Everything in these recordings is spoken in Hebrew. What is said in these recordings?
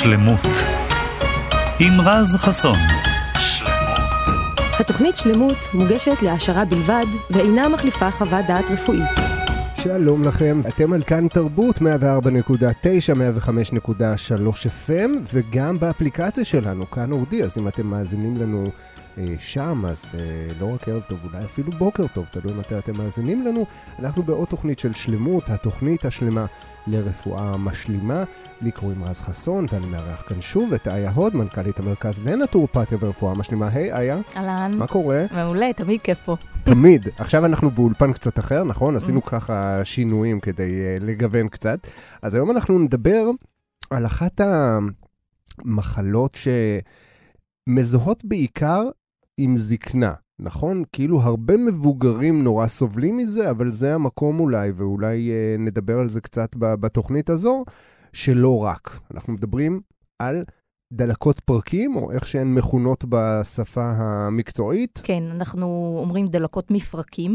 שלמות עם רז חסון. התוכנית שלמות מוגשת להעשרה בלבד ואינה מחליפה חוות דעת רפואית. שלום לכם, אתם על כאן תרבות 104.9, 105.3 FM וגם באפליקציה שלנו, כאן אודי. אז אם אתם מאזינים לנו שם, אז לא רק ערב טוב, אולי אפילו בוקר טוב, תלוי מתי אתם מאזינים לנו. אנחנו בעוד תוכנית של שלמות, התוכנית השלמה לרפואה משלימה. לי קוראים רז חסון, ואני מארח כאן שוב את איה הוד, מנכ"לית המרכז לנטורופתיה ורפואה משלימה. היי איה. אהלן. מה קורה? מעולה, תמיד כיף פה. תמיד. עכשיו אנחנו באולפן קצת אחר, נכון? עשינו ככה שינויים כדי לגוון קצת. אז היום אנחנו נדבר על אחת המחלות שמזוהות בעיקר עם זקנה, נכון? כאילו הרבה מבוגרים נורא סובלים מזה, אבל זה המקום אולי, ואולי נדבר על זה קצת בתוכנית הזו, שלא רק. אנחנו מדברים על דלקות פרקים, או איך שהן מכונות בשפה המקצועית. כן, אנחנו אומרים דלקות מפרקים,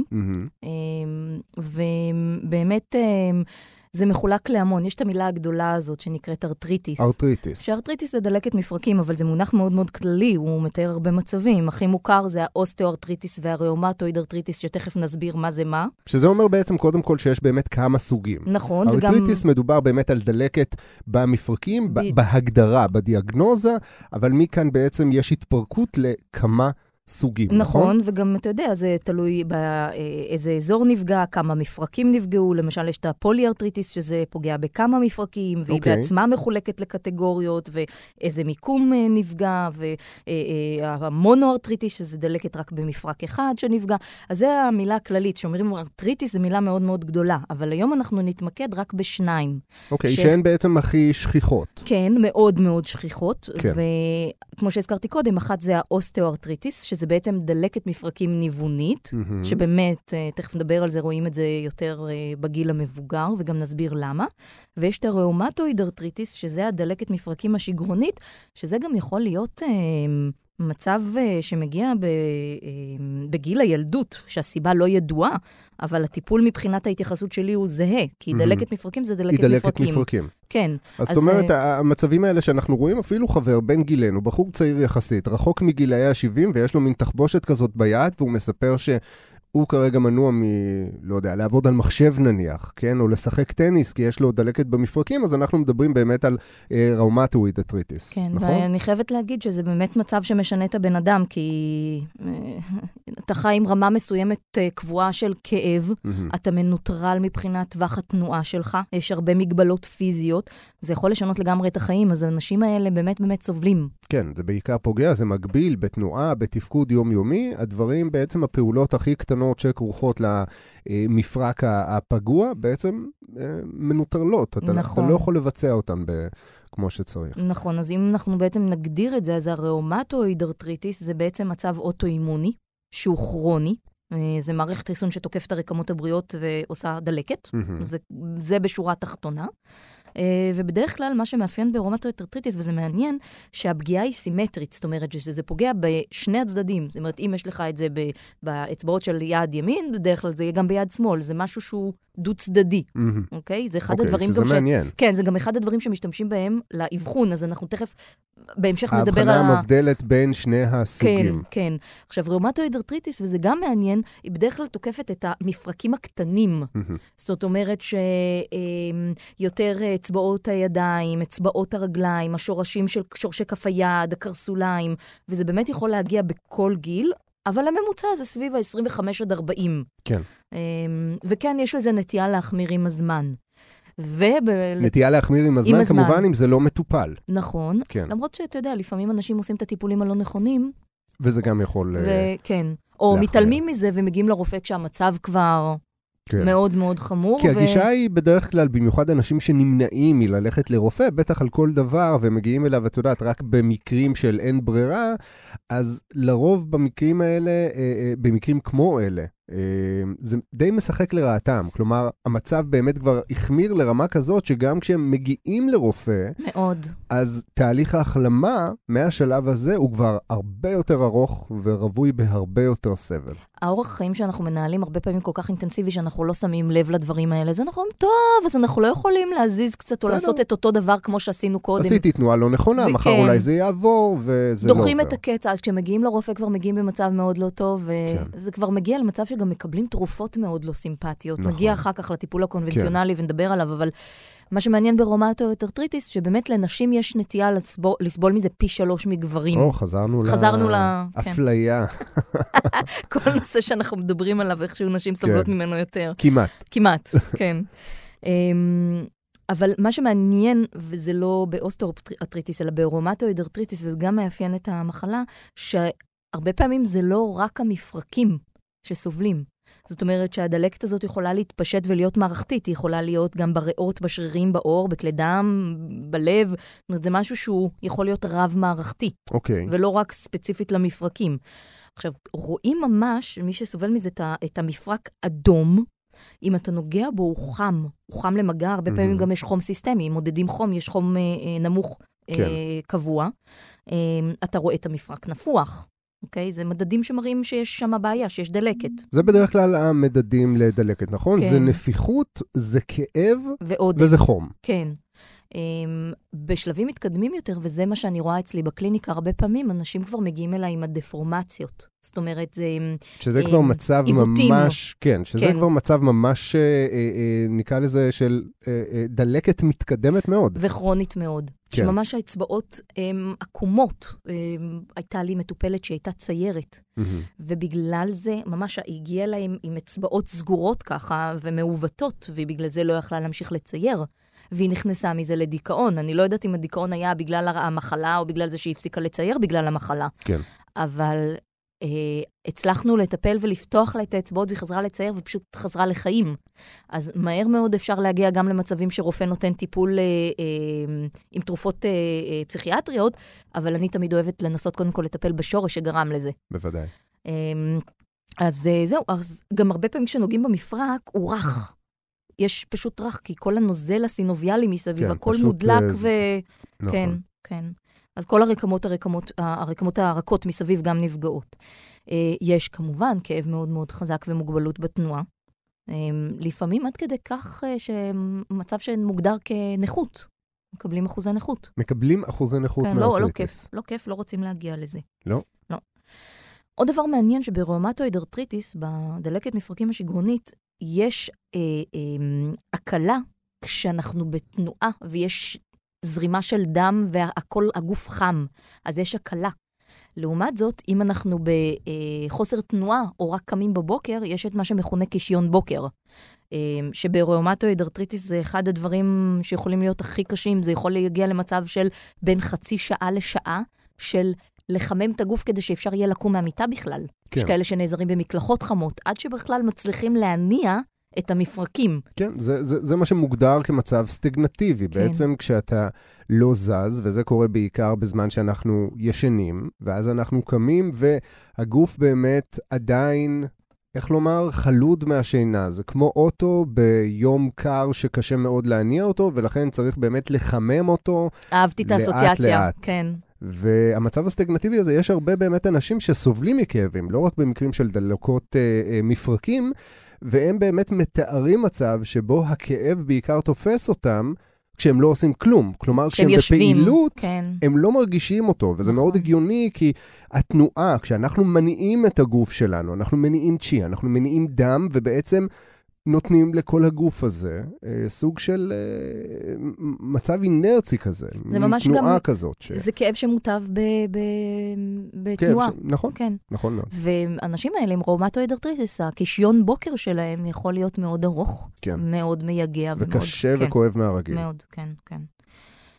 ובאמת זה מחולק להמון. יש את המילה הגדולה הזאת שנקראת ארטריטיס. ארטריטיס. שארטריטיס זה דלקת מפרקים, אבל זה מונח מאוד מאוד כללי, הוא מתאר הרבה מצבים. הכי מוכר זה האוסטאו-ארטריטיס והראומטואיד ארטריטיס, שתכף נסביר מה זה מה. שזה אומר בעצם קודם כל שיש באמת כמה סוגים. נכון. ארטריטיס מדובר באמת על דלקת במפרקים, בהגדרה, בדיאגנוזה, אבל מכאן בעצם יש התפרקות לכמה סוגים, נכון, וגם אתה יודע, זה תלוי באיזה אזור נפגע, כמה מפרקים נפגעו, למשל יש את הפוליארטריטיס, שזה פוגע בכמה מפרקים, והיא בעצמה מחולקת לקטגוריות, ואיזה מיקום נפגע, והמונוארטריטיס, שזה דלקת רק במפרק אחד שנפגע. אז זה המילה הכללית, שאומרים ארטריטיס זה מילה מאוד מאוד גדולה, אבל היום אנחנו נתמקד רק בשניים. אוקיי, שהן בעצם הכי שכיחות. כן, מאוד מאוד שכיחות, וכמו שהזכרתי קודם, אחת זה האוסטאו-ארטריטיס, שזה בעצם דלקת מפרקים ניוונית, שבאמת, תכף נדבר על זה, רואים את זה יותר בגיל המבוגר, וגם נסביר למה. ויש את הראומטואיד ארטריטיס, שזה הדלקת מפרקים השגרונית, שזה גם יכול להיות מצב שמגיע בגיל הילדות, שהסיבה לא ידועה, אבל הטיפול מבחינת ההתייחסות שלי הוא זהה, כי דלקת מפרקים זה דלקת מפרקים. היא דלקת מפרקים. כן. אז זאת אומרת, המצבים האלה שאנחנו רואים, אפילו חבר בן גילנו, בחור צעיר יחסית, רחוק מגילאי ה-70, ויש לו מין תחבושת כזאת ביד, והוא מספר שהוא כרגע מנוע לא יודע, לעבוד על מחשב נניח, כן? או לשחק טניס, כי יש לו דלקת במפרקים, אז אנחנו מדברים באמת על ראומטואיד ארטריטיס. כן, נכון? ואני חייבת להגיד שזה באמת מצב שמשנה את הבן אדם, כי אתה חי עם רמה מסוימת קבועה של כאב, אתה מנוטרל מבחינת טווח התנועה שלך, יש הרבה מגבלות פיזיות, זה יכול לשנות לגמרי את החיים, אז האנשים האלה באמת באמת סובלים. כן, זה בעיקר פוגע, זה מגביל בתנועה, בתפקוד יומיומי, הדברים בעצם הפעולות הכי קטנות שכרוכות למפרק הפגוע, בעצם מנוטרלות, אתה לא יכול לבצע אותן כמו שצריך. נכון, אז אם אנחנו בעצם נגדיר את זה, אז הראומטואיד ארטריטיס זה בעצם מצב אוטואימוני, שהוא כרוני, זה מערכת חיסון שתוקף את הרקמות הבריאות ועושה דלקת, זה בשורה התחתונה. ובדרך כלל מה שמאפיין בראומטואיד ארטריטיס, וזה מעניין, שהפגיעה היא סימטרית, זאת אומרת שזה פוגע בשני הצדדים, זאת אומרת אם יש לך את זה באצבעות של יד ימין, בדרך כלל זה יהיה גם ביד שמאל, זה משהו שהוא דו צדדי, אוקיי? זה אחד הדברים שזה מעניין. כן, זה גם אחד הדברים שמשתמשים בהם לאבחון, אז אנחנו תכף בהמשך נדבר על ההבחנה המבדלת בין שני הסוגים. כן, כן. עכשיו, ראומטואיד ארטריטיס, וזה גם מעניין, היא בדרך כלל תוקפת את המפרקים הקטנים. זאת אומרת שיותר אצבעות הידיים, אצבעות הרגליים, השורשים של שורשי כף היד, הקרסוליים, וזה באמת יכול להגיע בכל גיל, אבל הממוצע זה סביב ה-25 עד 40. כן. וכן, יש לזה נטייה להחמיר עם הזמן. נטייה להחמיר עם הזמן, כמובן אם זה לא מטופל. נכון. כן. למרות שאתה יודע, לפעמים אנשים עושים את הטיפולים הלא נכונים. וזה גם יכול כן. או מתעלמים מזה ומגיעים לרופא כשהמצב כבר מאוד מאוד חמור. כי הגישה היא בדרך כלל, במיוחד אנשים שנמנעים מללכת לרופא, בטח על כל דבר, ומגיעים אליו, את יודעת, רק במקרים של אין ברירה, אז לרוב במקרים האלה, במקרים כמו אלה, זה די משחק לרעתם. כלומר, המצב באמת כבר החמיר לרמה כזאת, שגם כשהם מגיעים לרופא, מאוד. אז תהליך ההחלמה מהשלב הזה הוא כבר הרבה יותר ארוך ורבוי בהרבה יותר סבל. האורח החיים שאנחנו מנהלים הרבה פעמים כל כך אינטנסיבי, שאנחנו לא שמים לב לדברים האלה. זה נכון, טוב, אז אנחנו לא יכולים להזיז קצת או לעשות את אותו דבר כמו שעשינו קודם. עשיתי תנועה לא נכונה, מחר אולי זה יעבור, וזה לא עובר. דוחים את הקצה, אז כשמגיעים לרופא כבר מגיעים במצב מאוד לא טוב, וזה כבר מגיע למצב שגם מקבלים תרופות מאוד לא סימפטיות. נגיע אחר כך לטיפול הקונבנציונלי ונדבר עליו, אבל מה שמעניין ברומטויד ארתריטיס, שבאמת לנשים יש נטייה לסבול מזה פי 3 מגברים. חזרנו לאפליה. כל נושא שאנחנו מדברים עליו, איכשהו נשים סובלות ממנו יותר. כמעט, כן. אבל מה שמעניין, וזה לא באוסטאוארתריטיס, אלא ברומטויד ארתריטיס, וזה גם מאפיין את המחלה, שהרבה פעמים זה לא רק המפרקים שסובלים. זאת אומרת שהדלקת הזאת יכולה להתפשט ולהיות מערכתית, היא יכולה להיות גם בריאות, בשרירים, בעור, בכלי דם, בלב. זאת אומרת, זה משהו שהוא יכול להיות רב-מערכתי. ולא רק ספציפית למפרקים. עכשיו, רואים ממש, מי שסובל מזה את המפרק אדום, אם אתה נוגע בו הוא חם למגע, הרבה פעמים גם יש חום סיסטמי, אם מודדים חום, יש חום נמוך קבוע. אתה רואה את המפרק נפוח. אוקיי? זה מדדים שמראים שיש שם בעיה, שיש דלקת. זה בדרך כלל המדדים לדלקת, נכון? זה נפיחות, זה כאב וזה חום. כן. בשלבים מתקדמים יותר, וזה מה שאני רואה אצלי בקליניקה, הרבה פעמים אנשים כבר מגיעים אליי עם הדפורמציות. זאת אומרת, זה שזה כבר מצב ממש, כן, שזה כבר מצב ממש, נקרא לזה, של דלקת מתקדמת מאוד. וכרונית מאוד. שממש האצבעות עקומות. הייתה לי מטופלת שהייתה ציירת, ובגלל זה ממש הגיעה להם עם אצבעות סגורות ככה, ומעוותות, ובגלל זה לא יכלה להמשיך לצייר. והיא נכנסה מזה לדיכאון. אני לא יודעת אם הדיכאון היה בגלל המחלה, או בגלל זה שהיא הפסיקה לצייר בגלל המחלה. כן. אבל הצלחנו לטפל ולפתוח לה את האצבעות, והיא חזרה לצייר, ופשוט חזרה לחיים. אז מהר מאוד אפשר להגיע גם למצבים שרופא נותן טיפול עם תרופות פסיכיאטריות, אבל אני תמיד אוהבת לנסות קודם כל לטפל בשורש שגרם לזה. בוודאי. אז זהו, אז גם הרבה פעמים כשנוגעים במפרק, הוא רך. יש פשוט רך, כי כל הנוזל הסינוביאלי מסביב, הכל מודלק כן, כן. אז כל הרקמות הרכות מסביב גם נפגעות. יש כמובן כאב מאוד מאוד חזק ומוגבלות בתנועה. לפעמים עד כדי כך שמצב שמוגדר כנכות. מקבלים אחוזי נכות. מקבלים אחוזי נכות מהארתריטיס. לא כיף, לא רוצים להגיע לזה. לא? לא. עוד דבר מעניין שברומטויד ארתריטיס, בדלקת מפרקים השגרונית, יש הקלה כשאנחנו בתנועה ויש זרימה של דם והכל הגוף חם, אז יש הקלה. לעומת זאת, אם אנחנו בחוסר תנועה או רק קמים בבוקר, יש את מה שמכונה קישיון בוקר. שברומטויד ארתריטיס זה אחד הדברים שיכולים להיות הכי קשים, זה יכול להגיע למצב של בין חצי שעה לשעה של לחמם את הגוף כדי שאפשר יהיה לקום מהמיטה בכלל. כן. יש כאלה שנעזרים במקלחות חמות, עד שבכלל מצליחים להניע את המפרקים. כן, זה מה שמוגדר כמצב סטגנטיבי. כן. בעצם כשאתה לא זז, וזה קורה בעיקר בזמן שאנחנו ישנים, ואז אנחנו קמים, והגוף באמת עדיין, איך לומר, חלוד מהשינה. זה כמו אוטו ביום קר שקשה מאוד להניע אותו, ולכן צריך באמת לחמם אותו אהבתי את האסוציאציה, כן. והמצב הסטגנטיבי הזה, יש הרבה באמת אנשים שסובלים מכאבים, לא רק במקרים של דלקות מפרקים, והם באמת מתארים מצב שבו הכאב בעיקר תופס אותם, כשהם לא עושים כלום. כלומר, כשהם בפעילות, כן. הם לא מרגישים אותו, וזה מאוד הגיוני, כי התנועה, כשאנחנו מניעים את הגוף שלנו, אנחנו מניעים צ'י, אנחנו מניעים דם, ובעצם נותנים לכל הגוף הזה סוג של מצב אינרצי כזה, תנועה גם, כזאת. זה כאב שמוטב בתנועה. נכון, כן. נכון מאוד. ואנשים האלה עם רומטויד ארתריטיס, הקישיון בוקר שלהם יכול להיות מאוד ארוך, כן. מאוד מייגע. וקשה ומאוד, וכואב כן, מהרגיל. מאוד, כן, כן.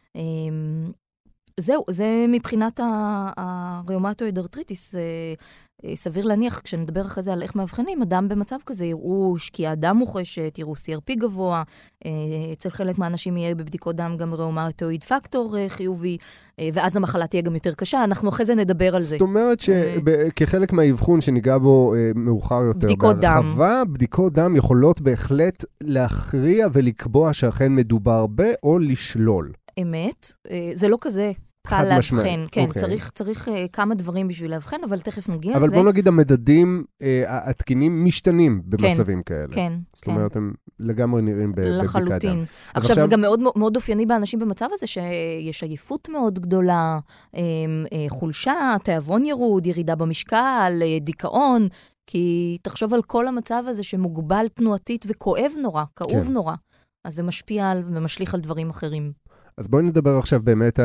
זהו, זה מבחינת הרומטויד ארתריטיס, סביר להניח, כשנדבר אחרי זה על איך מאבחנים, אדם במצב כזה יראו שקיעת דם מוחשת, יראו CRP גבוה, אצל חלק מהאנשים יהיה בבדיקות דם גם ראומטואיד פקטור חיובי, ואז המחלה תהיה גם יותר קשה. אנחנו אחרי זה נדבר על זה. זאת אומרת שכחלק מהאבחון שניגע בו מאוחר יותר בהרחבה, בדיקות דם יכולות בהחלט להכריע ולקבוע שאכן מדובר או לשלול. אמת, זה לא כזה קל להבחן. כן, צריך כמה דברים בשביל להבחן, אבל תכף נגיע לזה. אבל בוא נגיד, המדדים התקינים משתנים במצבים כאלה. כן. זאת אומרת, הם לגמרי נראים בבדיקת דם. לחלוטין. עכשיו, גם מאוד מאוד אופייני באנשים במצב הזה, שיש עייפות מאוד גדולה, חולשה, תיאבון ירוד, ירידה במשקל, דיכאון, כי תחשוב על כל המצב הזה שמוגבל תנועתית וכואב נורא, כאוב נורא. אז זה משפיע ומשליך על דברים אחרים. אז בואי נדבר עכשיו באמת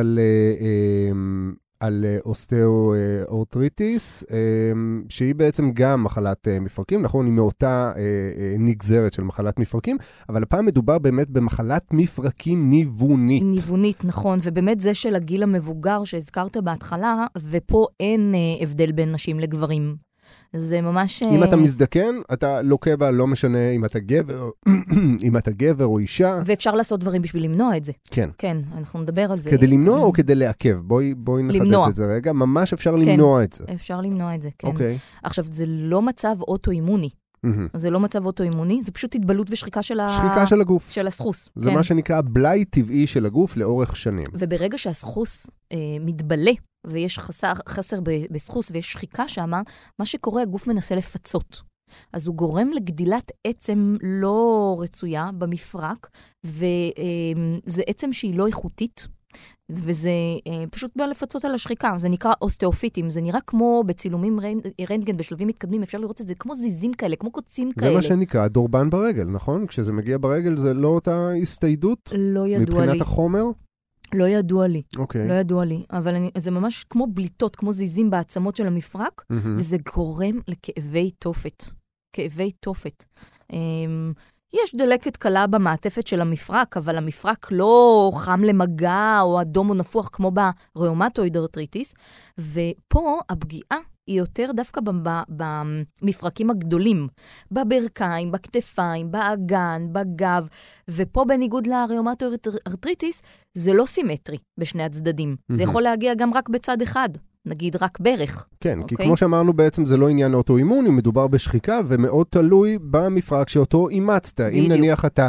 על אוסטאו-ארטריטיס, שהיא בעצם גם מחלת מפרקים, נכון? היא מאותה נגזרת של מחלת מפרקים, אבל הפעם מדובר באמת במחלת מפרקים ניוונית. ניוונית, נכון, ובאמת זה של הגיל המבוגר שהזכרת בהתחלה, ופה אין הבדל בין נשים לגברים. זה ממש... אם אתה מזדקן, אתה לוקה בה, לא משנה אם אתה גבר או אישה. ואפשר לעשות דברים בשביל למנוע את זה. כן. כן, אנחנו נדבר על זה. כדי למנוע או כדי לעכב? בואי נחדד את זה רגע. ממש אפשר למנוע את זה. אפשר למנוע את זה, כן. אוקיי. עכשיו, זה לא מצב אוטואימוני. זה לא מצב אוטואימוני, זה פשוט התבלות ושחיקה של הגוף. של הסחוס. זה מה שנקרא בלאי טבעי של הגוף לאורך שנים. וברגע שהסחוס מתבלה, ויש חסר בסחוס ויש שחיקה שם, מה שקורה, הגוף מנסה לפצות. אז הוא גורם לגדילת עצם לא רצויה במפרק, וזה עצם שהיא לא איכותית, וזה פשוט בא לפצות על השחיקה. זה נקרא אוסטאופיטים, זה נראה כמו בצילומים רנטגן בשלבים מתקדמים, אפשר לראות את זה כמו זיזים כאלה, כמו קוצים כאלה. זה מה שנקרא דורבן ברגל, נכון? כשזה מגיע ברגל זה לא אותה הסתיידות? לא ידוע לי. מבחינת החומר? לא ידוע לי, אוקיי. לא ידוע לי, אבל זה ממש כמו בליטות, כמו זיזים בעצמות של המפרק, וזה גורם לכאבי תופת. כאבי תופת. יש דלקת קלה במעטפת של המפרק, אבל המפרק לא חם למגע או אדום או נפוח כמו בראומטואיד ארטריטיס, ופה הפגיעה היא יותר דווקא במפרקים הגדולים, בברכיים, בכתפיים, באגן, בגב, ופה בניגוד לראומטואיד ארטריטיס, זה לא סימטרי בשני הצדדים. זה יכול להגיע גם רק בצד אחד. נגיד רק ברך. כן, כי כמו שאמרנו בעצם זה לא עניין אוטואימוני, מדובר בשחיקה ומאוד תלוי במפרק שאותו אימצת. אם נניח אתה,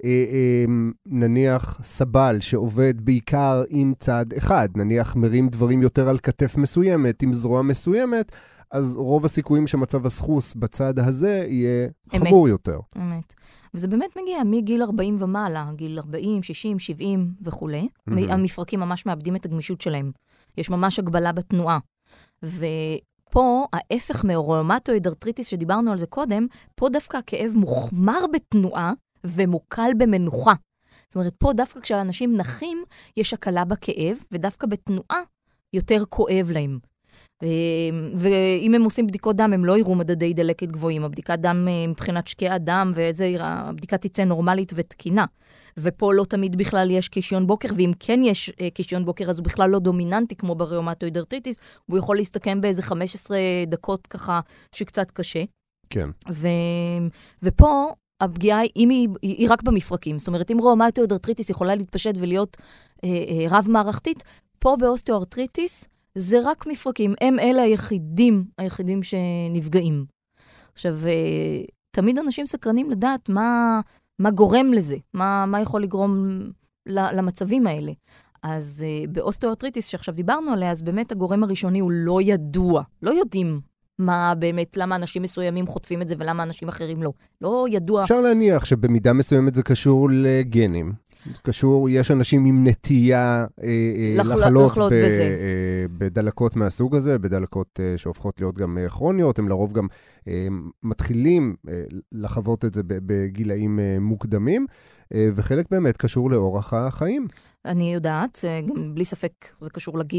נניח סבל שעובד בעיקר עם צד אחד, נניח מרים דברים יותר על כתף מסוימת, עם זרוע מסוימת, אז רוב הסיכויים שמצב הסחוס בצד הזה יהיה חמור יותר. אמת. וזה באמת מגיע מגיל 40 ומעלה, גיל 40, 60, 70 וכו'. המפרקים ממש מאבדים את הגמישות שלהם. יש ממש הגבלה בתנועה. ופה, ההפך מהראומטואיד ארטריטיס שדיברנו על זה קודם, פה דווקא הכאב מוחמר בתנועה ומוקל במנוחה. זאת אומרת, פה דווקא כשאנשים נחים, יש הקלה בכאב, ודווקא בתנועה יותר כואב להם. ואם הם עושים בדיקות דם, הם לא יראו מדדי דלקת גבוהים. הבדיקת דם מבחינת שקיע דם, הבדיקה תצא נורמלית ותקינה. ופה לא תמיד בכלל יש קישיון בוקר, ואם כן יש קישיון בוקר, אז הוא בכלל לא דומיננטי כמו בראומטואיד ארטריטיס, והוא יכול להסתכם באיזה 15 דקות ככה שקצת קשה. כן. ופה הפגיעה היא רק במפרקים. זאת אומרת, אם ראומטואיד ארטריטיס יכולה להתפשט ולהיות רב-מערכתית, פה באוסטאו-ארטריטיס זה רק מפרקים. הם אלה היחידים שנפגעים. עכשיו, תמיד אנשים סקרנים לדעת מה גורם לזה, מה יכול לגרום למצבים האלה. אז באוסטאו-ארטריטיס שעכשיו דיברנו עליה, אז באמת הגורם הראשוני הוא לא ידוע. לא יודעים מה באמת, למה אנשים מסוימים חוטפים את זה ולמה אנשים אחרים לא. לא ידוע. אפשר להניח שבמידה מסוימת זה קשור לגנים. זה קשור, יש אנשים עם נטייה לחלות בדלקות מהסוג הזה, בדלקות שהופכות להיות גם כרוניות, הם לרוב גם מתחילים לחוות את זה בגילאים מוקדמים, וחלק באמת קשור לאורח החיים. אני יודעת, גם בלי ספק זה קשור לגיל.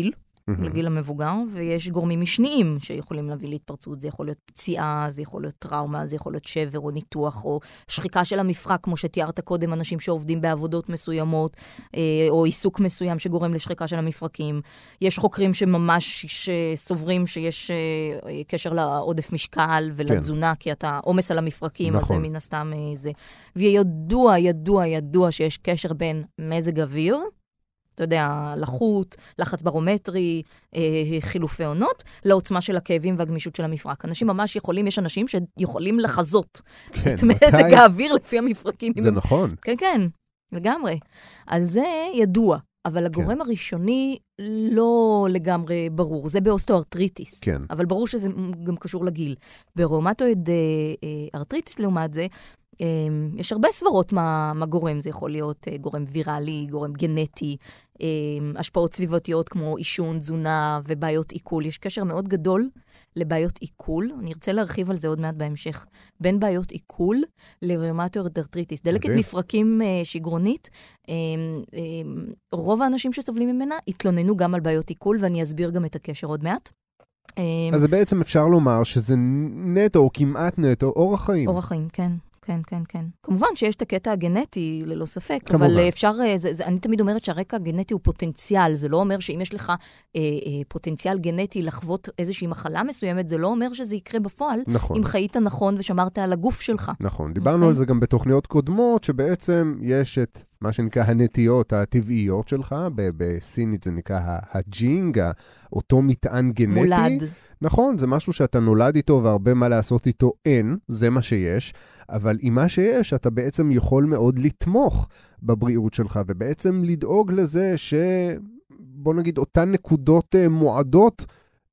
לגיל המבוגר, ויש גורמים משניים שיכולים להביא להתפרצות. זה יכול להיות פציעה, זה יכול להיות טראומה, זה יכול להיות שבר או ניתוח, או שחיקה של המפרק, כמו שתיארת קודם, אנשים שעובדים בעבודות מסוימות, או עיסוק מסוים שגורם לשחיקה של המפרקים. יש חוקרים שממש סוברים שיש קשר לעודף משקל ולתזונה, כי אתה עומס על המפרקים, אז זה מן הסתם זה. וידוע שיש קשר בין מזג אוויר, אתה יודע, לחות, לחץ ברומטרי, חילופי עונות, לעוצמה של הכאבים והגמישות של המפרק. אנשים ממש יכולים, יש אנשים שיכולים לחזות את מזג האוויר לפי המפרקים. זה נכון. כן, כן, לגמרי. אז זה ידוע, אבל הגורם הראשוני לא לגמרי ברור. זה באוסטוארטריטיס. כן. אבל ברור שזה גם קשור לגיל. בראומטואיד ארטריטיס, לעומת זה, יש הרבה סברות מה גורם. זה יכול להיות גורם ויראלי, גורם גנטי, השפעות סביבתיות כמו עישון, תזונה ובעיות עיכול. יש קשר מאוד גדול לבעיות עיכול. אני ארצה להרחיב על זה עוד מעט בהמשך. בין בעיות עיכול לראומטואיד ארטריטיס. דלקת מפרקים שגרונית, רוב האנשים שסובלים ממנה התלוננו גם על בעיות עיכול, ואני אסביר גם את הקשר עוד מעט. אז בעצם אפשר לומר שזה נטו או כמעט נטו אורח חיים. אורח חיים, כן. כן, כן, כן. כמובן שיש את הקטע הגנטי, ללא ספק, כמובן. אבל אפשר, אני תמיד אומרת שהרקע הגנטי הוא פוטנציאל, זה לא אומר שאם יש לך פוטנציאל גנטי לחוות איזושהי מחלה מסוימת, זה לא אומר שזה יקרה בפועל, נכון. אם חיית נכון ושמרת על הגוף שלך. נכון, דיברנו על זה גם בתוכניות קודמות, שבעצם יש את מה שנקרא הנטיות הטבעיות שלך, בסינית זה נקרא הג'ינג, אותו מטען גנטי. מולד. נכון, זה משהו שאתה נולד איתו והרבה מה לעשות איתו אין, זה מה שיש, אבל עם מה שיש אתה בעצם יכול מאוד לתמוך בבריאות שלך, ובעצם לדאוג לזה בוא נגיד אותן נקודות מועדות,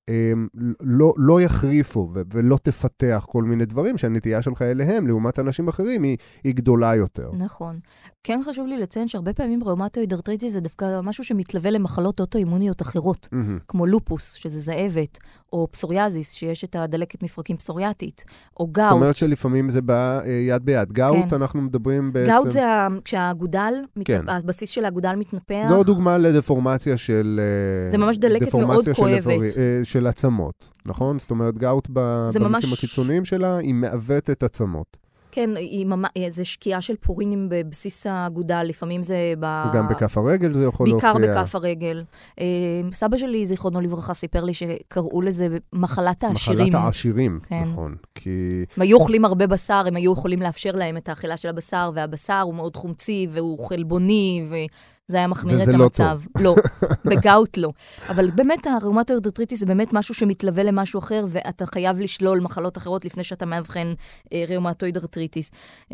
לא יחריפו ולא תפתח כל מיני דברים שהנטייה שלך אליהם, לעומת אנשים אחרים, היא גדולה יותר. נכון. כן חשוב לי לציין שהרבה פעמים ראומטואיד ארטריטיס זה דווקא משהו שמתלווה למחלות אוטואימוניות אחרות, כמו לופוס, שזה זאבת, או פסוריאזיס, שיש את הדלקת מפרקים פסוריאטית, או גאוט. זאת אומרת שלפעמים זה בא יד ביד. גאוט, אנחנו מדברים בעצם... גאוט זה כשהאגודל, הבסיס של האגודל מתנפח. זו דוגמה לדפורמציה של... זה ממש דלקת מאוד כואבת. של עצמות, נכון? זאת אומרת, גאוט במקרים הקיצוניים שלה, היא מעוות את עצמות. כן, זה שקיעה של פורינים בבסיס האגודל, לפעמים זה גם בכף הרגל זה יכול להופיע. בעיקר בכף הרגל. סבא שלי, זיכרונו לברכה, סיפר לי שקראו לזה מחלת העשירים. מחלת העשירים, כן. נכון. הם היו אוכלים הרבה בשר, הם היו יכולים לאפשר להם את האכילה של הבשר, והבשר הוא מאוד חומצי, והוא חלבוני, זה היה מחמיר את המצב. לא, בגאוט לא. אבל באמת הראומטואיד ארטריטיס זה באמת משהו שמתלווה למשהו אחר, ואתה חייב לשלול מחלות אחרות לפני שאתה מאבחן ראומטואיד ארטריטיס.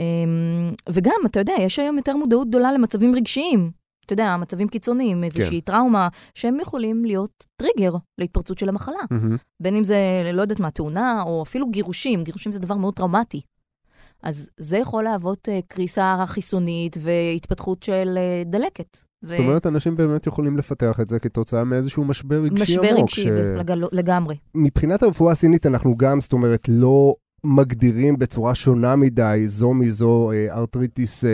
וגם, אתה יודע, יש היום יותר מודעות גדולה למצבים רגשיים. אתה יודע, מצבים קיצוניים, איזושהי טראומה, שהם יכולים להיות טריגר להתפרצות של המחלה. בין אם זה, לא יודעת מה, תאונה, או אפילו גירושים. גירושים זה דבר מאוד טראומטי. אז זה יכול להוות קריסה חיסונית והתפתחות של דלקת. זאת אומרת, אנשים באמת יכולים לפתח את זה כתוצאה מאיזשהו משבר רגשי עמוק. משבר רגשי, לגמרי. מבחינת הרפואה הסינית אנחנו גם, זאת אומרת, לא מגדירים בצורה שונה מדי זו מזו ארטריטיס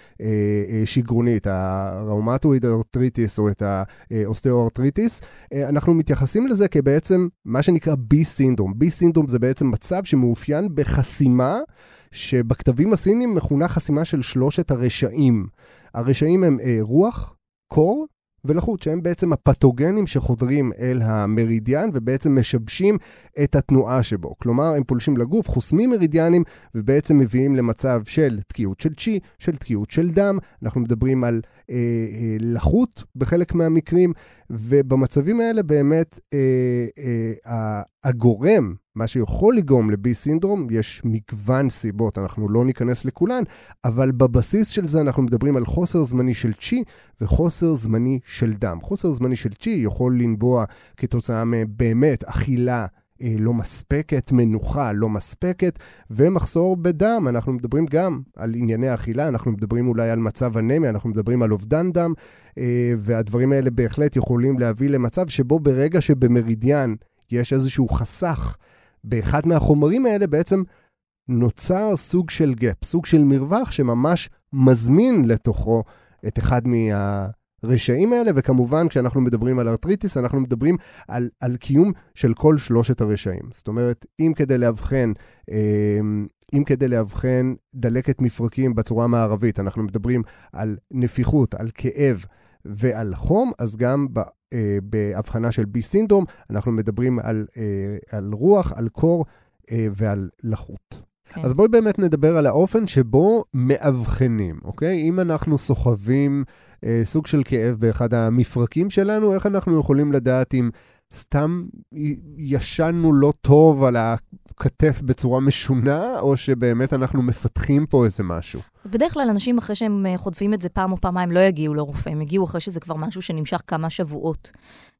שגרונית, הראומטואיד ארטריטיס או את האוסטאוארטריטיס. אנחנו מתייחסים לזה כבעצם מה שנקרא B סינדרום. B סינדרום זה בעצם מצב שמאופיין בחסימה, שבכתבים הסינים מכונה חסימה של שלושת הרשעים. הרשעים הם רוח, קור ולחות, שהם בעצם הפתוגנים שחודרים אל המרידיאן ובעצם משבשים את התנועה שבו. כלומר, הם פולשים לגוף, חוסמים מרידיאנים ובעצם מביאים למצב של תקיעות של צ'י, של תקיעות של דם. אנחנו מדברים על לחות בחלק מהמקרים, ובמצבים האלה באמת הגורם, מה שיכול לגרום ל-B סינדרום, יש מגוון סיבות, אנחנו לא ניכנס לכולן, אבל בבסיס של זה אנחנו מדברים על חוסר זמני של צ'י וחוסר זמני של דם. חוסר זמני של צ'י יכול לנבוע כתוצאה מבאמת אכילה לא מספקת, מנוחה לא מספקת, ומחסור בדם. אנחנו מדברים גם על ענייני האכילה, אנחנו מדברים אולי על מצב אנמיה, אנחנו מדברים על אובדן דם, והדברים האלה בהחלט יכולים להביא למצב שבו ברגע שבמרידיאן יש איזשהו חסך באחד מהחומרים האלה, בעצם נוצר סוג של גאפ, סוג של מרווח שממש מזמין לתוכו את אחד הרשעים האלה, וכמובן כשאנחנו מדברים על ארטריטיס, אנחנו מדברים על קיום של כל שלושת הרשעים. זאת אומרת, אם כדי להבחן דלקת מפרקים בצורה המערבית, אנחנו מדברים על נפיחות, על כאב ועל חום, אז גם בהבחנה של בי סינדרום, אנחנו מדברים על רוח, על קור ועל לחות. כן. אז בואי באמת נדבר על האופן שבו מאבחנים, אוקיי? אם אנחנו סוחבים סוג של כאב באחד המפרקים שלנו, איך אנחנו יכולים לדעת אם סתם ישנו לא טוב על הכתף בצורה משונה, או שבאמת אנחנו מפתחים פה איזה משהו? בדרך כלל אנשים אחרי שהם חודפים את זה פעם או פעמיים לא יגיעו לרופא, הם יגיעו אחרי שזה כבר משהו שנמשך כמה שבועות.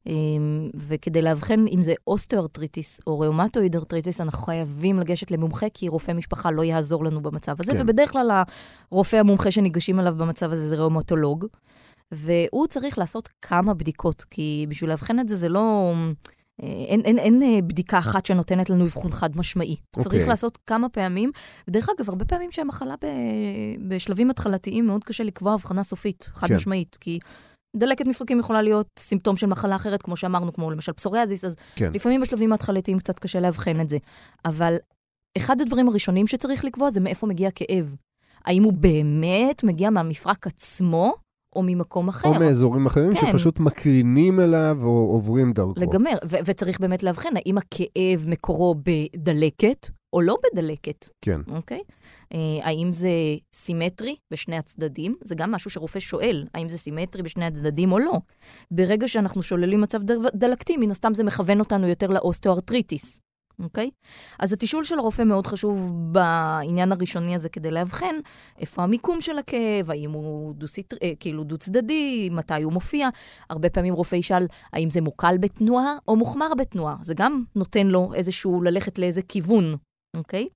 וכדי להבחן אם זה אוסטאו-ארטריטיס או ראומטואיד ארטריטיס, אנחנו חייבים לגשת למומחה, כי רופא משפחה לא יעזור לנו במצב הזה, כן. ובדרך כלל הרופא המומחה שניגשים עליו במצב הזה זה ראומטולוג, והוא צריך לעשות כמה בדיקות, כי בשביל להבחן את זה זה לא... אין בדיקה אחת שנותנת לנו אבחון חד משמעי. צריך לעשות כמה פעמים, ודרך אגב, הרבה פעמים שהמחלה בשלבים התחלתיים מאוד קשה לקבוע הבחנה סופית, חד משמעית, כי דלקת מפרקים יכולה להיות סימפטום של מחלה אחרת, כמו שאמרנו, כמו למשל פסוריאזיס, אז לפעמים בשלבים ההתחלתיים קצת קשה להבחן את זה. אבל אחד הדברים הראשונים שצריך לקבוע זה מאיפה מגיע כאב. האם הוא באמת מגיע מהמפרק עצמו, או ממקום אחר. או מאזורים אחרים שפשוט מקרינים אליו או עוברים דרכו. לגמר, וצריך באמת להבחן, האם הכאב מקורו בדלקת או לא בדלקת. כן. אוקיי? האם זה סימטרי בשני הצדדים? זה גם משהו שרופא שואל, האם זה סימטרי בשני הצדדים או לא. ברגע שאנחנו שוללים מצב דלקתי, מן הסתם זה מכוון אותנו יותר לאוסטאו-ארטריטיס. אוקיי? אז התישול של הרופא מאוד חשוב בעניין הראשוני הזה כדי להבחן איפה המיקום של הכאב, האם הוא דו-צדדי, מתי הוא מופיע. הרבה פעמים רופא ישאל האם זה מוקל בתנועה או מוחמר בתנועה. זה גם נותן לו איזשהו ללכת לאיזה כיוון, אוקיי?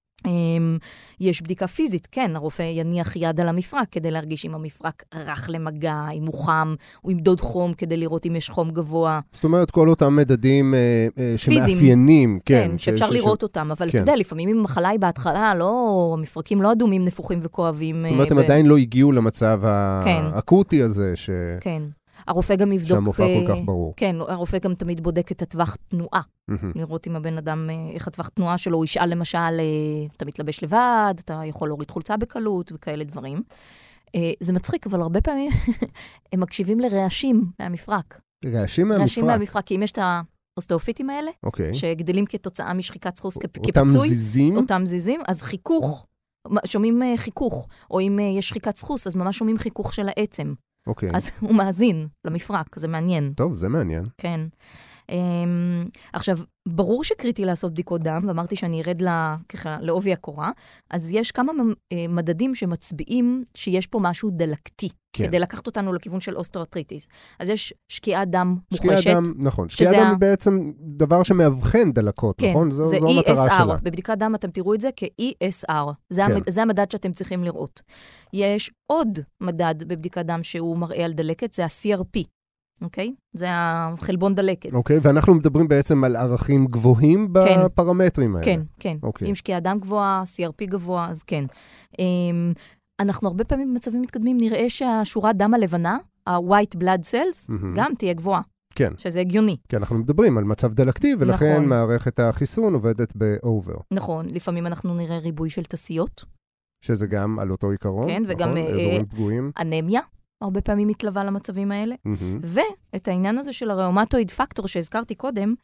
יש בדיקה פיזית, כן, הרופא יניח יד על המפרק כדי להרגיש אם המפרק רך למגע, אם הוא חם, הוא ימדוד חום כדי לראות אם יש חום גבוה. זאת אומרת, כל אותם מדדים שמאפיינים, כן. שאפשר לראות אותם, אבל אתה יודע, לפעמים אם המחלה היא בהתחלה, המפרקים לא אדומים, נפוחים וכואבים. זאת אומרת, הם עדיין לא הגיעו למצב האקוטי הזה. כן. הרופא גם יבדוק... שהמופע כל כך ברור. כן, הרופא גם תמיד בודק את הטווח תנועה. לראות אם הבן אדם, איך הטווח תנועה שלו, הוא ישאל למשל, אתה מתלבש לבד, אתה יכול להוריד חולצה בקלות וכאלה דברים. זה מצחיק, אבל הרבה פעמים הם מקשיבים לרעשים מהמפרק. רעשים מהמפרק? רעשים מהמפרק, כי אם יש את האוסטאופיטים האלה, שגדלים כתוצאה משחיקת סחוס כפיצוי. אותם זיזים? אותם זיזים, אז חיכוך, שומעים חיכוך, או אם יש שחיקת סחוס, אז ממש שומעים חיכוך של העצם. אוקיי. אז הוא מאזין למפרק, זה מעניין. טוב, זה מעניין. כן. עכשיו, ברור שקריטי לעשות בדיקות דם, ואמרתי שאני ארד לעובי הקורה, אז יש כמה מדדים שמצביעים שיש פה משהו דלקתי, כן. כדי לקחת אותנו לכיוון של אוסטאו-ארטריטיס. אז יש שקיעת דם מוחשת. שקיעת דם, נכון. שקיעת דם היא בעצם דבר שמאבחן דלקות, כן, נכון? זה זו המטרה שלה. בבדיקת דם אתם תראו את זה כ-ESR. זה המדד שאתם צריכים לראות. יש עוד מדד בבדיקת דם שהוא מראה על דלקת, זה ה-CRP. אוקיי? זה החלבון דלקת. אוקיי, ואנחנו מדברים בעצם על ערכים גבוהים בפרמטרים האלה. כן, כן. אם שקיעת דם גבוהה, CRP גבוה, אז כן. אנחנו הרבה פעמים במצבים מתקדמים נראה שהשורת דם הלבנה, ה-white blood cells, גם תהיה גבוהה. כן. שזה הגיוני. כי אנחנו מדברים על מצב דלקתי, ולכן מערכת החיסון עובדת באובר. נכון, לפעמים אנחנו נראה ריבוי של תסיות. שזה גם על אותו עיקרון. כן, וגם אזורים פגועים. אנמיה. הרבה פעמים מתלווה למצבים האלה. ואת העניין הזה של הראומטואיד פקטור שהזכרתי קודם,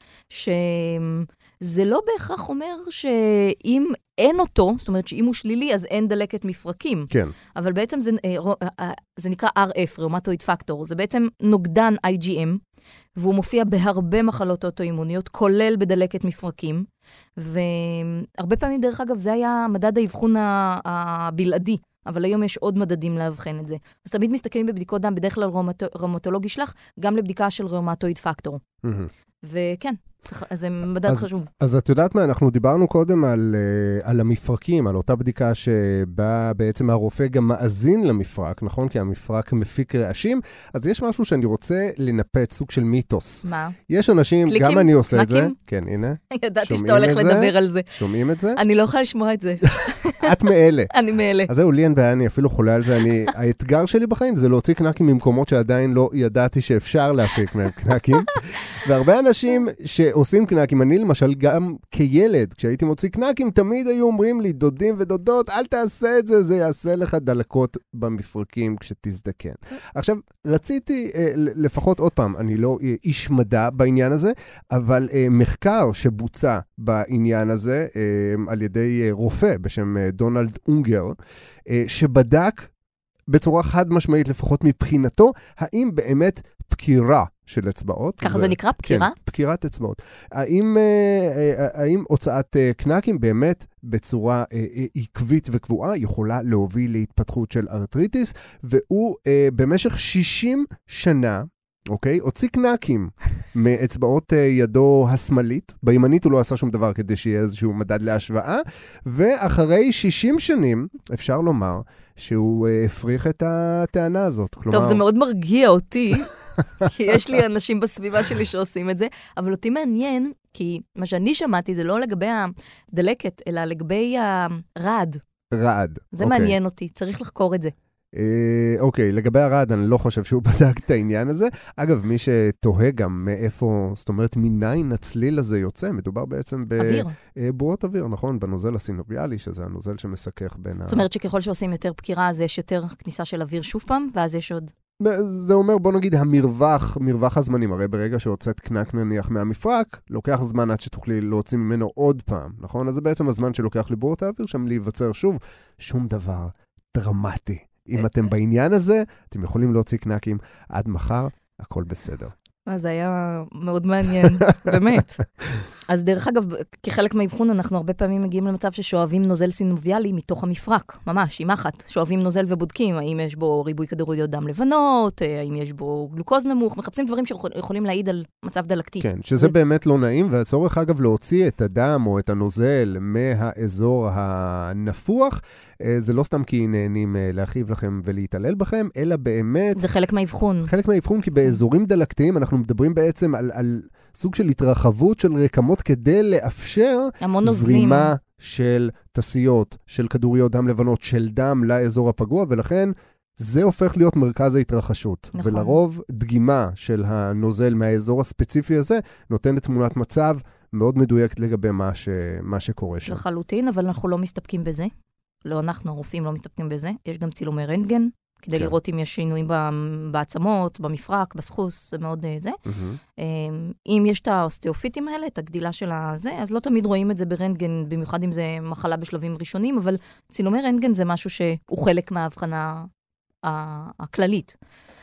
שזה לא בהכרח אומר שאם אין אותו, זאת אומרת שאם הוא שלילי, אז אין דלקת מפרקים. כן. אבל בעצם זה נקרא RF, ראומטואיד פקטור. זה בעצם נוגדן IgM, והוא מופיע בהרבה מחלות אוטואימוניות, כולל בדלקת מפרקים. והרבה פעמים, דרך אגב, זה היה מדד האבחון הבלעדי. אבל היום יש עוד מדדים להבחן את זה. אז תמיד מסתכלים בבדיקות דם, בדרך כלל ראומטולוג ישלח, גם לבדיקה של ראומטואיד פקטור. וכן, זה מדד חשוב. אז את יודעת מה, אנחנו דיברנו קודם על המפרקים, על אותה בדיקה שבה בעצם הרופא גם מאזין למפרק, נכון? כי המפרק מפיק רעשים, אז יש משהו שאני רוצה לנפץ, סוג של מיתוס. מה? יש אנשים, קליקים? גם אני עושה את זה. מקים? כן, הנה. ידעתי שאתה הולך לדבר על זה. שומעים את זה? אני לא יכולה לשמוע את זה. את מאלה. אני מאלה. אז זהו, לי אין בעיה, אני אפילו חולה על זה. האתגר שלי בחיים זה להוציא קנקים ממקומות שעדיין לא ידעתי שאפשר להפיק מהם קנקים. והרבה אנשים שעושים קנקים, אני למשל גם כילד, כשהייתי מוציא קנקים, תמיד היו אומרים לי, דודים ודודות, אל תעשה את זה, זה יעשה לך דלקות במפרקים כשתזדקן. עכשיו, רציתי לפחות עוד פעם, אני לא איש מדע בעניין הזה, אבל מחקר שבוצע בעניין הזה על ידי רופא בשם דונלד אונגר, שבדק בצורה חד משמעית, לפחות מבחינתו, האם באמת פקירה של אצבעות. ככה זה נקרא פקירה? כן, פקירת אצבעות. האם הוצאת קנקים באמת בצורה עקבית וקבועה יכולה להוביל להתפתחות של ארטריטיס, והוא במשך 60 שנה, אוקיי? הוציא קנקים מאצבעות ידו השמאלית. בימנית הוא לא עשה שום דבר כדי שיהיה איזשהו מדד להשוואה, ואחרי 60 שנים, אפשר לומר, שהוא הפריך את הטענה הזאת. טוב, זה מאוד מרגיע אותי, כי יש לי אנשים בסביבה שלי שעושים את זה, אבל אותי מעניין, כי מה שאני שמעתי זה לא לגבי הדלקת, אלא לגבי הרעד. רעד. זה מעניין אותי, צריך לחקור את זה. אוקיי, לגבי הרעד, אני לא חושב שהוא בדק את העניין הזה. אגב, מי שתוהה גם מאיפה, זאת אומרת, מניין הצליל הזה יוצא, מדובר בעצם בבועות אוויר, נכון? בנוזל הסינוביאלי, שזה הנוזל שמשכך בין זאת אומרת שככל שעושים יותר פקירה, אז יש יותר כניסה של אוויר שוב פעם, ואז יש עוד... זה אומר, בוא נגיד, מרווח הזמנים. הרי ברגע שהוצאת קנק נניח מהמפרק, לוקח זמן עד שתוכלי להוציא ממנו עוד פעם, נכון? אז זה בעצם הזמן שלוקח לבועות האוויר שם להיווצר שוב. שום דבר דרמטי. אם אתם בעניין הזה, אתם יכולים להוציא קנקים עד מחר, הכל בסדר. זה היה מאוד מעניין, באמת. אז דרך אגב, כחלק מהאבחון, אנחנו הרבה פעמים מגיעים למצב ששואבים נוזל סינוביאלי מתוך המפרק, ממש, עם אחת. שואבים נוזל ובודקים, האם יש בו ריבוי כדוריות דם לבנות, האם יש בו גלוקוז נמוך, מחפשים דברים שיכולים להעיד על מצב דלקתי. כן, שזה באמת לא נעים, והצורך אגב להוציא את הדם או את הנוזל מהאזור הנפוח, זה לא סתם כי נהנים להכאיב לכם ולהתעלל בכם, אלא באמת... זה חלק מהאבחון. חלק מהאבחון, כי באזורים דלקתיים אנחנו מדברים בעצם על סוג של התרחבות של רקמות כדי לאפשר זרימה של תסיות, של כדוריות דם לבנות, של דם לאזור הפגוע, ולכן זה הופך להיות מרכז ההתרחשות. נכון. ולרוב דגימה של הנוזל מהאזור הספציפי הזה נותנת תמונת מצב מאוד מדויקת לגבי מה שקורה שם. לחלוטין, אבל אנחנו לא מסתפקים בזה. לא, אנחנו, הרופאים, לא מסתפקים בזה. יש גם צילומי רנטגן, כדי לראות אם יש שינויים בעצמות, במפרק, בסחוס, זה מאוד זה. אם יש את האוסטאופיטים האלה, את הגדילה של הזה, אז לא תמיד רואים את זה ברנטגן, במיוחד אם זה מחלה בשלבים ראשונים, אבל צילומי רנטגן זה משהו שהוא חלק מההבחנה הכללית.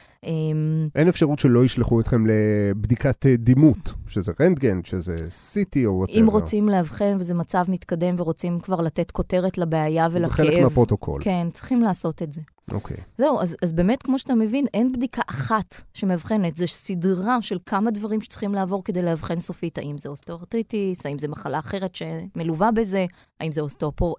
אין אפשרות שלא ישלחו אתכם לבדיקת דימות, שזה רנטגן, שזה סיטי או whatever. אם רוצים להבחן וזה מצב מתקדם ורוצים כבר לתת כותרת לבעיה ולכאב. זה חלק מהפרוטוקול. כן, צריכים לעשות את זה. אוקיי. זהו, אז באמת, כמו שאתה מבין, אין בדיקה אחת שמבחנת. זה סדרה של כמה דברים שצריכים לעבור כדי להבחן סופית. האם זה אוסטאו-ארטריטיס, האם זה מחלה אחרת שמלווה בזה, האם זה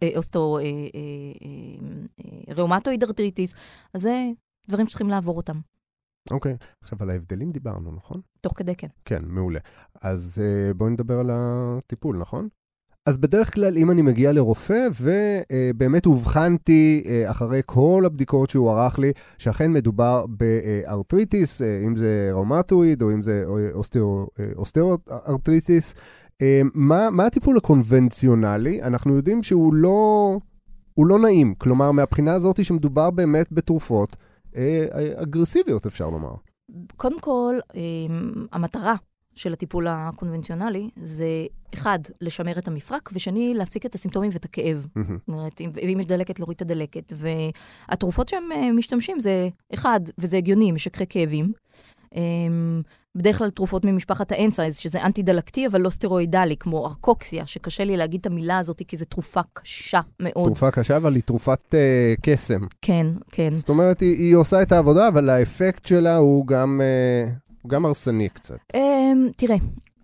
ראומטואיד ארטריטיס. אז זה דברים שצריכים לעבור אותם. אוקיי. עכשיו על ההבדלים דיברנו, נכון? תוך כדי כן. כן, מעולה. אז בואו נדבר על הטיפול, נכון? אז בדרך כלל, אם אני מגיע לרופא, ובאמת הובחנתי אחרי כל הבדיקות שהוא ערך לי, שאכן מדובר בארטריטיס, אם זה ראומטואיד, או אם זה אוסטאו-ארטריטיס, מה הטיפול הקונבנציונלי? אנחנו יודעים שהוא לא נעים. כלומר, מהבחינה הזאת שמדובר באמת בתרופות אגרסיביות, אפשר לומר. קודם כל, המטרה של הטיפול הקונבנציונלי זה, אחד, לשמר את המפרק, ושני, להפסיק את הסימפטומים ואת הכאב. זאת אומרת, ואם יש דלקת, להוריד את הדלקת. והתרופות שהם משתמשים זה, אחד, וזה הגיוני, משככי כאבים. בדרך כלל תרופות ממשפחת האנסייז, שזה אנטי-דלקתי, אבל לא סטרואידלי, כמו ארקוקסיה, שקשה לי להגיד את המילה הזאת, כי זו תרופה קשה מאוד. תרופה קשה, אבל היא תרופת קסם. כן, כן. זאת אומרת, היא עושה את העבודה, אבל האפקט שלה הוא גם הרסני קצת. תראה,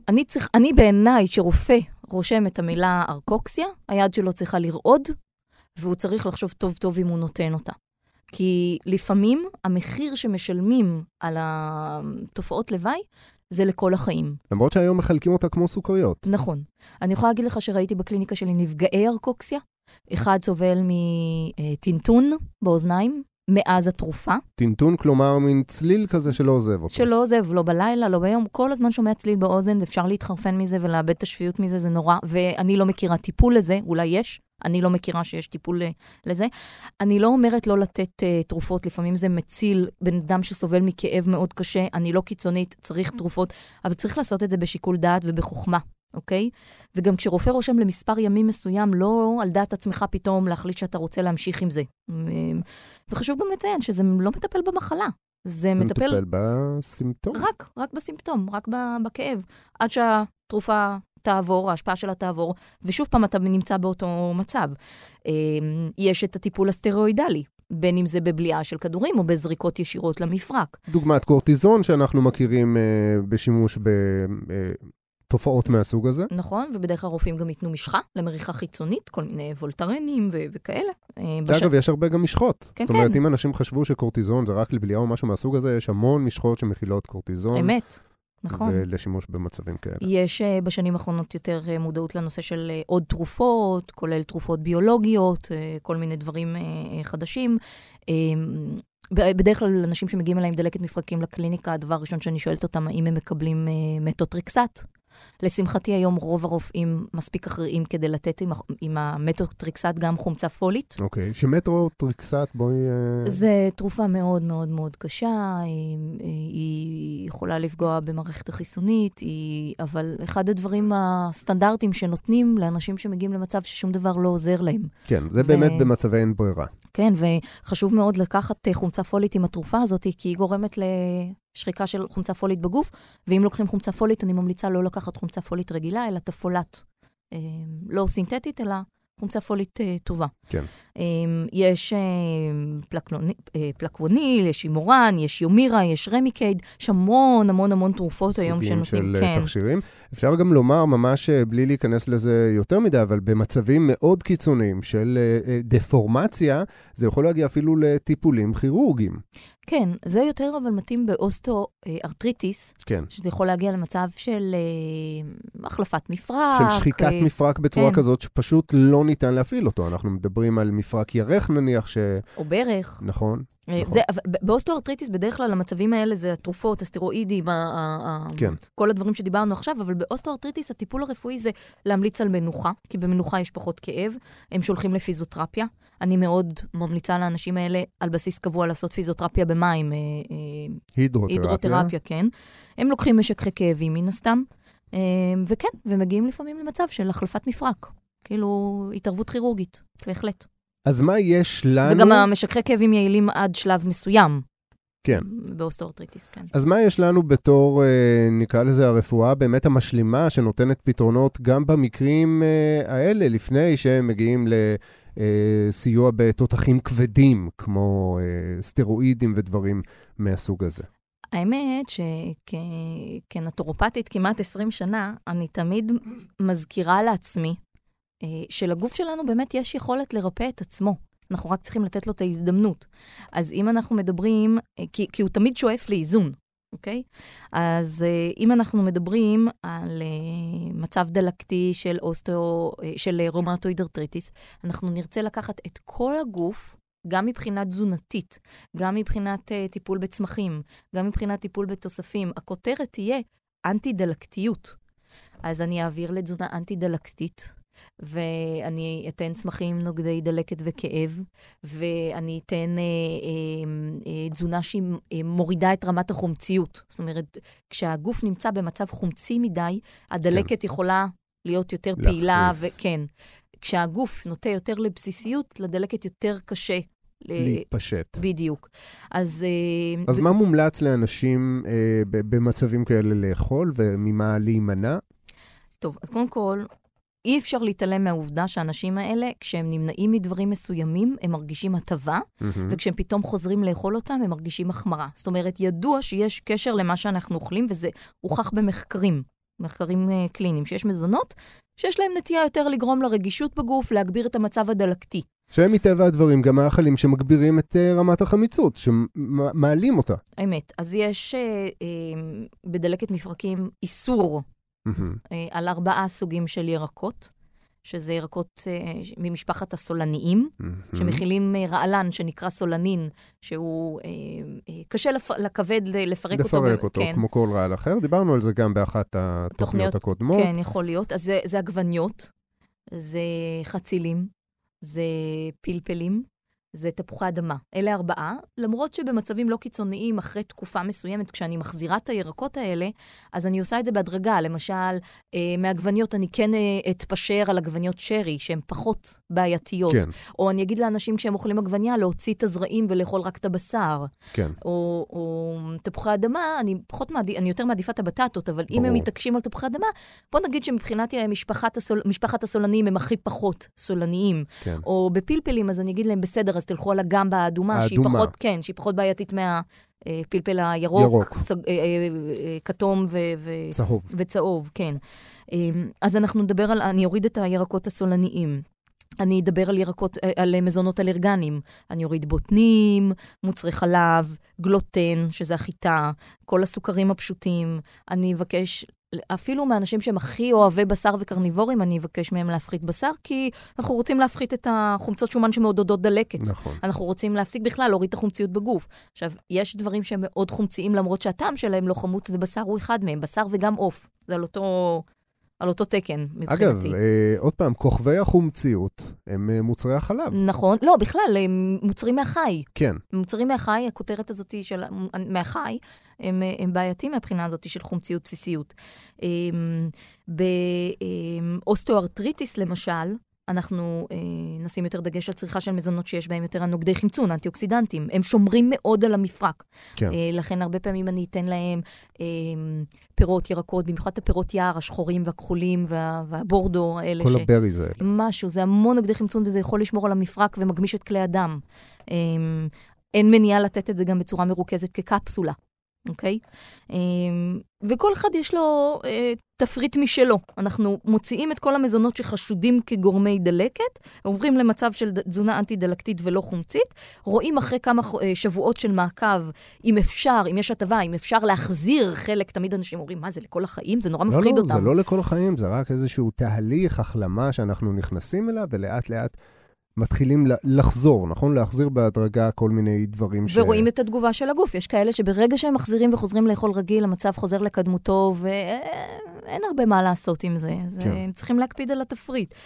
אני בעיניי שרופא רושם את המילה ארקוקסיה, היד שלו צריכה לרעוד, והוא צריך לחשוב טוב טוב אם הוא נותן אותה. כי לפעמים המחיר שמשלמים על התופעות לוואי, זה לכל החיים. למרות שהיום מחלקים אותה כמו סוכריות. נכון. אני יכולה להגיד לך שראיתי בקליניקה שלי נפגעי ארקוקסיה. אחד סובל מטינטון באוזניים, מאז התרופה. טינטון, כלומר, מין צליל כזה שלא עוזב אותו. שלא עוזב, לא בלילה, לא ביום. כל הזמן שומע צליל באוזן, אפשר להתחרפן מזה ולאבד את השפיות מזה, זה נורא. ואני לא מכירה טיפול לזה, אולי יש. אני לא מכירה שיש טיפול לזה. אני לא אומרת לא לתת תרופות, לפעמים זה מציל בן אדם שסובל מכאב מאוד קשה, אני לא קיצונית, צריך תרופות, אבל צריך לעשות את זה בשיקול דעת ובחוכמה, אוקיי? וגם כשרופא רושם למספר ימים מסוים, לא על דעת עצמך פתאום להחליט שאתה רוצה להמשיך עם זה. וחשוב גם לציין שזה לא מטפל במחלה. זה מטפל בסימפטום? רק בסימפטום, רק בכאב. עד שהתרופה תעבור, ההשפעה שלה תעבור, ושוב פעם אתה נמצא באותו מצב. יש את הטיפול הסטרואידלי, בין אם זה בבליעה של כדורים או בזריקות ישירות למפרק. דוגמת קורטיזון שאנחנו מכירים בשימוש בתופעות מהסוג הזה. נכון, ובדרך כלל רופאים גם ייתנו משחה למריחה חיצונית, כל מיני וולטרנים וכאלה. אגב, יש הרבה גם משחות. כן, זאת אומרת, אם אנשים חשבו שקורטיזון זה רק לבליעה או משהו מהסוג הזה, יש המון משחות שמכילות קורטיזון. אמת. נכון. ולשימוש במצבים כאלה. יש בשנים האחרונות יותר מודעות לנושא של עוד תרופות, כולל תרופות ביולוגיות, כל מיני דברים חדשים. בדרך כלל אנשים שמגיעים אליי עם דלקת מפרקים לקליניקה, הדבר הראשון שאני שואלת אותם, האם הם מקבלים מטוטריקסט? לשמחתי היום רוב הרופאים מספיק אחראים כדי לתת עם המטוטריקסט גם חומצה פולית. אוקיי, שמטוטריקסט בואי... זה תרופה מאוד מאוד מאוד קשה, היא יכולה לפגוע במערכת החיסונית, אבל אחד הדברים הסטנדרטיים שנותנים לאנשים שמגיעים למצב ששום דבר לא עוזר להם. כן, זה באמת במצבי אין ברירה. כן, וחשוב מאוד לקחת חומצה פולית עם התרופה הזאת, כי היא גורמת לשחיקה של חומצה פולית בגוף, ואם לוקחים חומצה פולית, אני ממליצה לא לקחת חומצה פולית רגילה, אלא תפולת. לא סינתטית, אלא חומצה פולית טובה. כן. יש פלקווניל, יש אימורן, יש יומירה, יש רמיקייד, יש המון המון המון תרופות היום שנותנים. סוגים של תכשירים. אפשר גם לומר, ממש בלי להיכנס לזה יותר מדי, אבל במצבים מאוד קיצוניים של דפורמציה, זה יכול להגיע אפילו לטיפולים כירורגיים. כן, זה יותר אבל מתאים באוסטאו-ארטריטיס, כן. שזה יכול להגיע למצב של החלפת מפרק. של שחיקת מפרק בצורה כזאת שפשוט לא ניתן להפעיל אותו. אנחנו מדברים על מפרק ירך נניח או ברך. נכון. באוסטאו-ארטריטיס בדרך כלל המצבים האלה זה התרופות, הסטרואידים, כל הדברים שדיברנו עכשיו, אבל באוסטאו-ארטריטיס הטיפול הרפואי זה להמליץ על מנוחה, כי במנוחה יש פחות כאב, הם שולחים לפיזיותרפיה. אני מאוד ממליצה לאנשים האלה על בסיס קבוע לעשות פיזיותרפיה במים. הידרותרפיה, כן. הם לוקחים משככי כאבים מן הסתם, וכן, ומגיעים לפעמים למצב של החלפת מפרק. כאילו התערבות כירורגית, בהחלט. אז מה יש לנו... וגם המשככי כאבים יעילים עד שלב מסוים. כן. באוסטאו-ארטריטיס, כן. אז מה יש לנו בתור, נקרא לזה הרפואה, באמת המשלימה שנותנת פתרונות גם במקרים האלה, לפני שהם מגיעים לסיוע בתותחים כבדים, כמו סטרואידים ודברים מהסוג הזה? האמת שכנטורופטית כמעט 20 שנה, אני תמיד מזכירה לעצמי, שלגוף שלנו באמת יש יכולת לרפא את עצמו. אנחנו רק צריכים לתת לו את ההזדמנות. אז אם אנחנו מדברים, כי הוא תמיד שואף לאיזון, אוקיי? אז אם אנחנו מדברים על מצב דלקתי של רומטואיד ארטריטיס, אנחנו נרצה לקחת את כל הגוף, גם מבחינת תזונתית, גם מבחינת טיפול בצמחים, גם מבחינת טיפול בתוספים. הכותרת תהיה אנטי-דלקתיות. אז אני אעביר לתזונה אנטי-דלקתית, ואני אתן צמחים נוגדי דלקת וכאב, ואני אתן תזונה שהיא מורידה את רמת החומציות. זאת אומרת, כשהגוף נמצא במצב חומצי מדי, הדלקת כן. יכולה להיות יותר פעילה, וכן. כשהגוף נוטה יותר לבסיסיות, לדלקת יותר קשה. להתפשט. בדיוק. אז מה מומלץ לאנשים במצבים כאלה לאכול, וממה להימנע? טוב, אז קודם כל, אי אפשר להתעלם מהעובדה שהאנשים האלה, כשהם נמנעים מדברים מסוימים, הם מרגישים הטבה, וכשהם פתאום חוזרים לאכול אותם, הם מרגישים החמרה. זאת אומרת, ידוע שיש קשר למה שאנחנו אוכלים, וזה הוכח במחקרים. מחקרים קליניים, שיש מזונות, שיש להם נטייה יותר לגרום לרגישות בגוף, להגביר את המצב הדלקתי. שהם מטבע הדברים גם מאכלים שמגבירים את רמת החמיצות, שמעלים אותה. האמת. אז יש בדלקת מפרקים איסור על 4 סוגים של ירקות, שזה ירקות ממשפחת הסולניים, שמכילים רעלן שנקרא סולנין, שהוא קשה לכבד לפרק אותו. לפרק אותו, כמו כל רעל אחר. דיברנו על זה גם באחת התוכניות הקודמות. כן, יכול להיות. אז זה עגבניות, זה חצילים, זה פלפלים, זה תפוחי אדמה. אלה 4, למרות שבמצבים לא קיצוניים, אחרי תקופה מסוימת, כשאני מחזירה את הירקות האלה, אז אני עושה את זה בהדרגה. למשל, מעגבניות אני כן אתפשר על עגבניות שרי, שהן פחות בעייתיות. כן. או אני אגיד לאנשים כשהם אוכלים עגבניה, להוציא את הזרעים ולאכול רק את הבשר. כן. או תפוחי אדמה, אני יותר מעדיפה את הבטטות, אבל אם הם מתעקשים על תפוחי אדמה, בוא נגיד שמבחינת משפחת הסולניים הם הכי פחות סולניים. כן. או בפלפלים, אז אני אגיד להם בסדר, אז תלכו על הגמבה האדומה, שהיא פחות בעייתית מהפלפל הירוק, כתום וצהוב, כן. אז אנחנו נדבר אני אוריד את הירקות הסולניים. אני אדבר על מזונות אלרגנים. אני אוריד בוטנים, מוצרי חלב, גלוטן, שזה החיטה, כל הסוכרים הפשוטים. אני אבקש אפילו מהאנשים שהם הכי אוהבי בשר וקרניבורים, אני אבקש מהם להפחית בשר, כי אנחנו רוצים להפחית את החומצות שומן שמעודדות דלקת. נכון. אנחנו רוצים להפסיק בכלל, להוריד את החומציות בגוף. עכשיו, יש דברים שהם מאוד חומציים, למרות שהטעם שלהם לא חמוץ, ובשר הוא אחד מהם, בשר וגם עוף. זה על אותו תקן, מבחינתי. אגב, עוד פעם, כוכבי החומציות הם מוצרי החלב. נכון, לא, בכלל, הם מוצרים מהחי. כן. מוצרים מהחי, הכותרת הזאת של מהחי, הם בעייתים מהבחינה הזאת של חומציות בסיסיות. באוסטאוארטריטיס, למשל, אנחנו נשים יותר דגש על צריכה של מזונות שיש בהם יותר נוגדי חמצון, אנטי-אוקסידנטים. הם שומרים מאוד על המפרק. כן. לכן הרבה פעמים אני אתן להם פירות, ירקות, במיוחד את הפירות יער, השחורים והכחולים והבורדו האלה. כל הבריז האלה. משהו, זה המון נוגדי חמצון וזה יכול לשמור על המפרק ומגמיש את כלי הדם. אין מניעה לתת את זה גם בצורה מרוכזת כקפסולה. אוקיי? וכל אחד יש לו תפריט משלו. אנחנו מוציאים את כל המזונות שחשודים כגורמי דלקת, עוברים למצב של תזונה אנטי-דלקתית ולא חומצית, רואים אחרי כמה שבועות של מעקב, אם יש הטבה, אם אפשר להחזיר חלק, תמיד אנשים אומרים, מה זה לכל החיים? זה נורא מפחיד אותם. לא, זה לא לכל החיים, זה רק איזשהו תהליך החלמה שאנחנו נכנסים אליו, ולאט לאט מתחילים לחזור, נכון? להחזיר בהדרגה כל מיני דברים ורואים את התגובה של הגוף. יש כאלה שברגע שהם מחזירים וחוזרים לאכול רגיל, המצב חוזר לקדמותו, ואין הרבה מה לעשות עם זה. הם צריכים להקפיד על התפריט.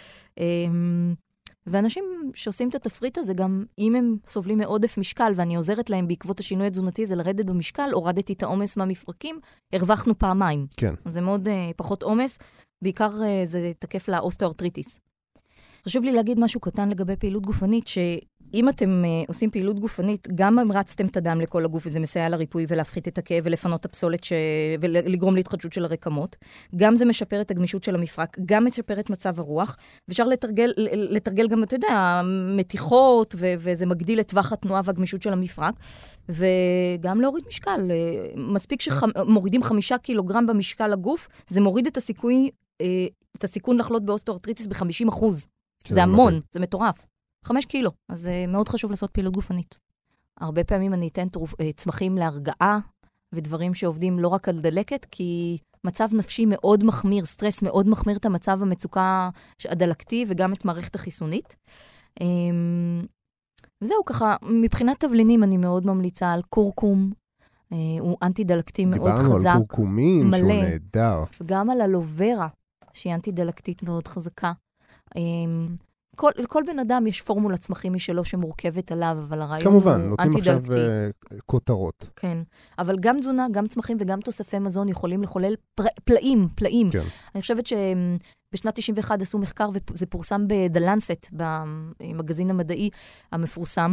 ואנשים שעושים את התפריט הזה, גם אם הם סובלים מעודף משקל, ואני עוזרת להם בעקבות השינוי התזונתי, זה לרדת במשקל, הורדתי את העומס מהמפרקים, הרווחנו פעמיים. כן. זה מאוד פחות עומס, בעיקר זה תקף לאוסטאוארטריטיס. חשוב לי להגיד משהו קטן לגבי פעילות גופנית, שאם אתם עושים פעילות גופנית, גם המרצתם את הדם לכל הגוף, וזה מסייע לריפוי ולהפחית את הכאב ולפנות את הפסולת ולגרום להתחדשות של הרקמות, גם זה משפר את הגמישות של המפרק, גם משפר את מצב הרוח, ואפשר לתרגל גם, אתה יודע, מתיחות, וזה מגדיל את טווח התנועה והגמישות של המפרק, וגם להוריד משקל. מספיק שמורידים 5 קילוגרם במשקל הגוף, זה מוריד את הסיכון לחלות באוסטאוארטריטיס ב-50%. זה המון, זה מטורף. 5 קילו, אז זה מאוד חשוב לעשות פעילות גופנית. הרבה פעמים אני אתן צמחים להרגעה, ודברים שעובדים לא רק על דלקת, כי מצב נפשי מאוד מחמיר, סטרס מאוד מחמיר את המצב המצוקה הדלקתי, וגם את מערכת החיסונית. וזהו ככה, מבחינת תבלינים אני מאוד ממליצה על קורקום, הוא אנטי-דלקתי מאוד חזק. דיברנו על קורקומים, שהוא נהדר. וגם על אלוברה, שהיא אנטי-דלקתית מאוד חזקה. כל בן אדם יש פורמולה צמחים משלו שמורכבת עליו, אבל הרעיון כמובן, הוא אנטי-דלקתי. כמובן, נותנים עכשיו כותרות. כן, אבל גם תזונה, גם צמחים וגם תוספי מזון יכולים לחולל פלאים. כן. אני חושבת שבשנת 91 עשו מחקר, וזה פורסם ב-The Lancet, במגזין המדעי המפורסם,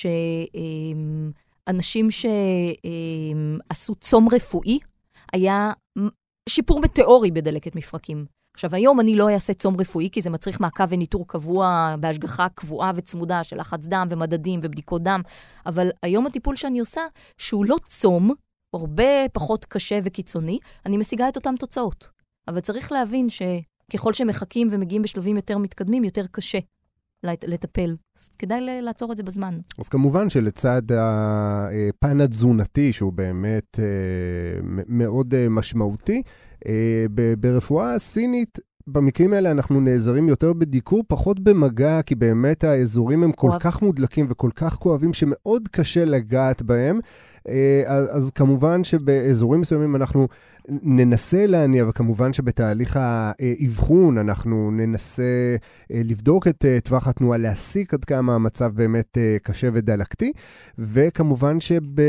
שאנשים שעשו צום רפואי, היה שיפור מטאורי בדלקת מפרקים. עכשיו, היום אני לא אעשה צום רפואי, כי זה מצריך מעקב וניטור קבוע, בהשגחה קבועה וצמודה של לחץ דם ומדדים ובדיקות דם, אבל היום הטיפול שאני עושה, שהוא לא צום, הרבה פחות קשה וקיצוני, אני משיגה את אותם תוצאות. אבל צריך להבין שככל שמחכים ומגיעים בשלבים יותר מתקדמים, יותר קשה לטפל. אז כדאי לעצור את זה בזמן. אז כמובן שלצד הפן התזונתי, שהוא באמת מאוד משמעותי, ברפואה הסינית, במקרים האלה אנחנו נעזרים יותר בדיקור, פחות במגע, כי באמת האזורים הם כל כך מודלקים וכל כך כואבים, שמאוד קשה לגעת בהם. אז כמובן שבאזורים מסוימים אנחנו ננסה להניע, וכמובן שבתהליך האבחון אנחנו ננסה לבדוק את טווח התנועה, להסיק עד כמה המצב באמת קשה ודלקתי, וכמובן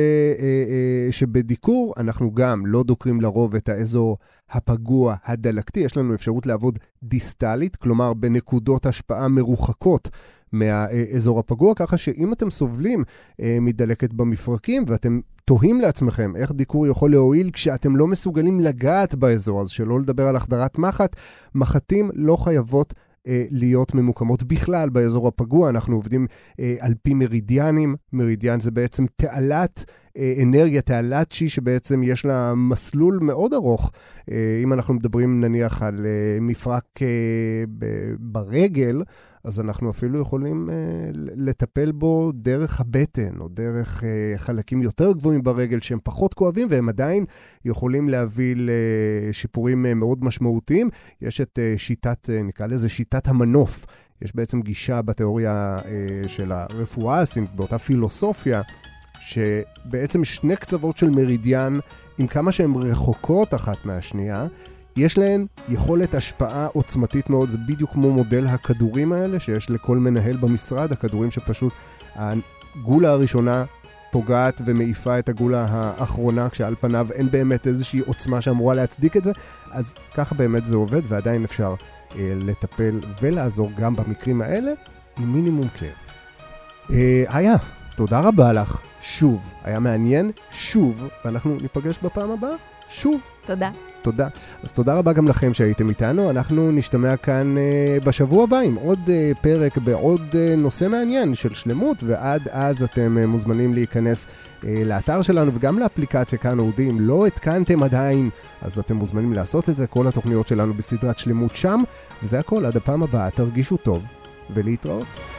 שבדיקור אנחנו גם לא דוקרים לרוב את האזור הפגוע הדלקתי, יש לנו אפשרות לעבוד דיסטלית, כלומר בנקודות השפעה מרוחקות מהאזור הפגוע, ככה שאם אתם סובלים מדלקת במפרקים ואתם תוהים לעצמכם איך דיקור יכול להועיל כשאתם לא מסוגלים לגעת באזור, אז שלא לדבר על החדרת מחט, מחטים לא חייבות להיות ממוקמות בכלל באזור הפגוע, אנחנו עובדים על פי מרידיאנים, מרידיאן זה בעצם תעלת אנרגיה, תעלת שי שבעצם יש לה מסלול מאוד ארוך, אם אנחנו מדברים נניח על מפרק ברגל, אז אנחנו אפילו יכולים לטפל בו דרך הבטן, או דרך חלקים יותר גבוהים ברגל שהם פחות כואבים, והם עדיין יכולים להביא לשיפורים מאוד משמעותיים. יש את שיטת, נקרא לזה שיטת המנוף. יש בעצם גישה בתיאוריה של הרפואה הסינית, באותה פילוסופיה, שבעצם שני קצוות של מרידיאן, עם כמה שהן רחוקות אחת מהשנייה, יש להן יכולת השפעה עוצמתית מאוד, זה בדיוק כמו מודל הכדורים האלה שיש לכל מנהל במשרד, הכדורים שפשוט הגולה הראשונה פוגעת ומעיפה את הגולה האחרונה, כשעל פניו אין באמת איזושהי עוצמה שאמורה להצדיק את זה, אז ככה באמת זה עובד, ועדיין אפשר לטפל ולעזור גם במקרים האלה, עם מינימום כאב. תודה רבה לך, שוב, היה מעניין, שוב, ואנחנו ניפגש בפעם הבאה, שוב. תודה. תודה. אז תודה רבה גם לכם שהייתם איתנו, אנחנו נשתמע כאן בשבוע הבא עם עוד פרק בעוד נושא מעניין של שלמות, ועד אז אתם מוזמנים להיכנס לאתר שלנו וגם לאפליקציה כאן אודי, אם לא התקנתם עדיין, אז אתם מוזמנים לעשות את זה, כל התוכניות שלנו בסדרת שלמות שם, וזה הכל, עד הפעם הבאה, תרגישו טוב ולהתראות.